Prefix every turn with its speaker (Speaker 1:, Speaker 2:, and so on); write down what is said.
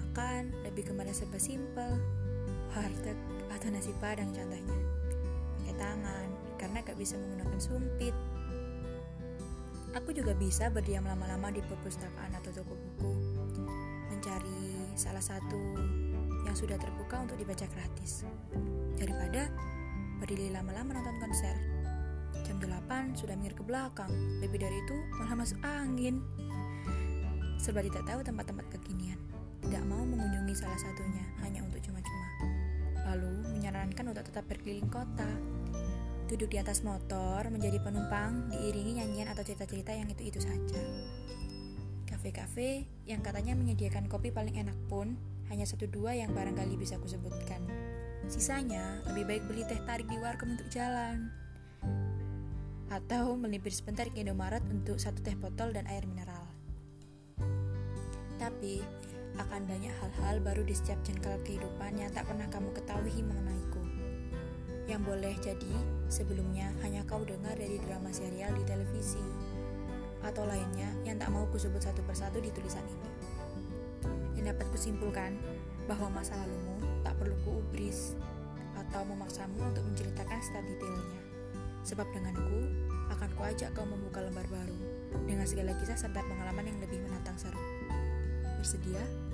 Speaker 1: makan lebih kemana serba simpel, warteg atau nasi padang contohnya. Pakai tangan, karena gak bisa menggunakan sumpit. Aku juga bisa berdiam lama-lama di perpustakaan atau toko buku, mencari salah satu yang sudah terbuka untuk dibaca gratis, daripada berdiri lama-lama nonton konser. Jam 8 sudah minggir ke belakang, lebih dari itu malah masuk angin. Serba tidak tahu tempat-tempat kekinian, tidak mau mengunjungi salah satunya hanya untuk cuma-cuma. Lalu menyarankan untuk tetap berkeliling kota, duduk di atas motor menjadi penumpang, diiringi nyanyian atau cerita-cerita yang itu-itu saja. Kafe-kafe yang katanya menyediakan kopi paling enak pun hanya 1-2 yang barangkali bisa kusebutkan. Sisanya lebih baik beli teh tarik di warkop untuk jalan, atau melipir sebentar ke Indomaret untuk 1 teh botol dan air mineral. Tapi akan banyak hal-hal baru di setiap jengkal kehidupan yang tak pernah kamu ketahui mengenaiku, yang boleh jadi sebelumnya hanya kau dengar dari drama serial di televisi, atau lainnya yang tak mau kusebut satu persatu di tulisan ini. Yang dapat kusimpulkan bahwa masa lalumu tak perlu kuubris atau memaksamu untuk menceritakan setiap detailnya, sebab denganku akan kuajak kau membuka lembar baru dengan segala kisah serta pengalaman yang lebih menantang seru. Bersedia?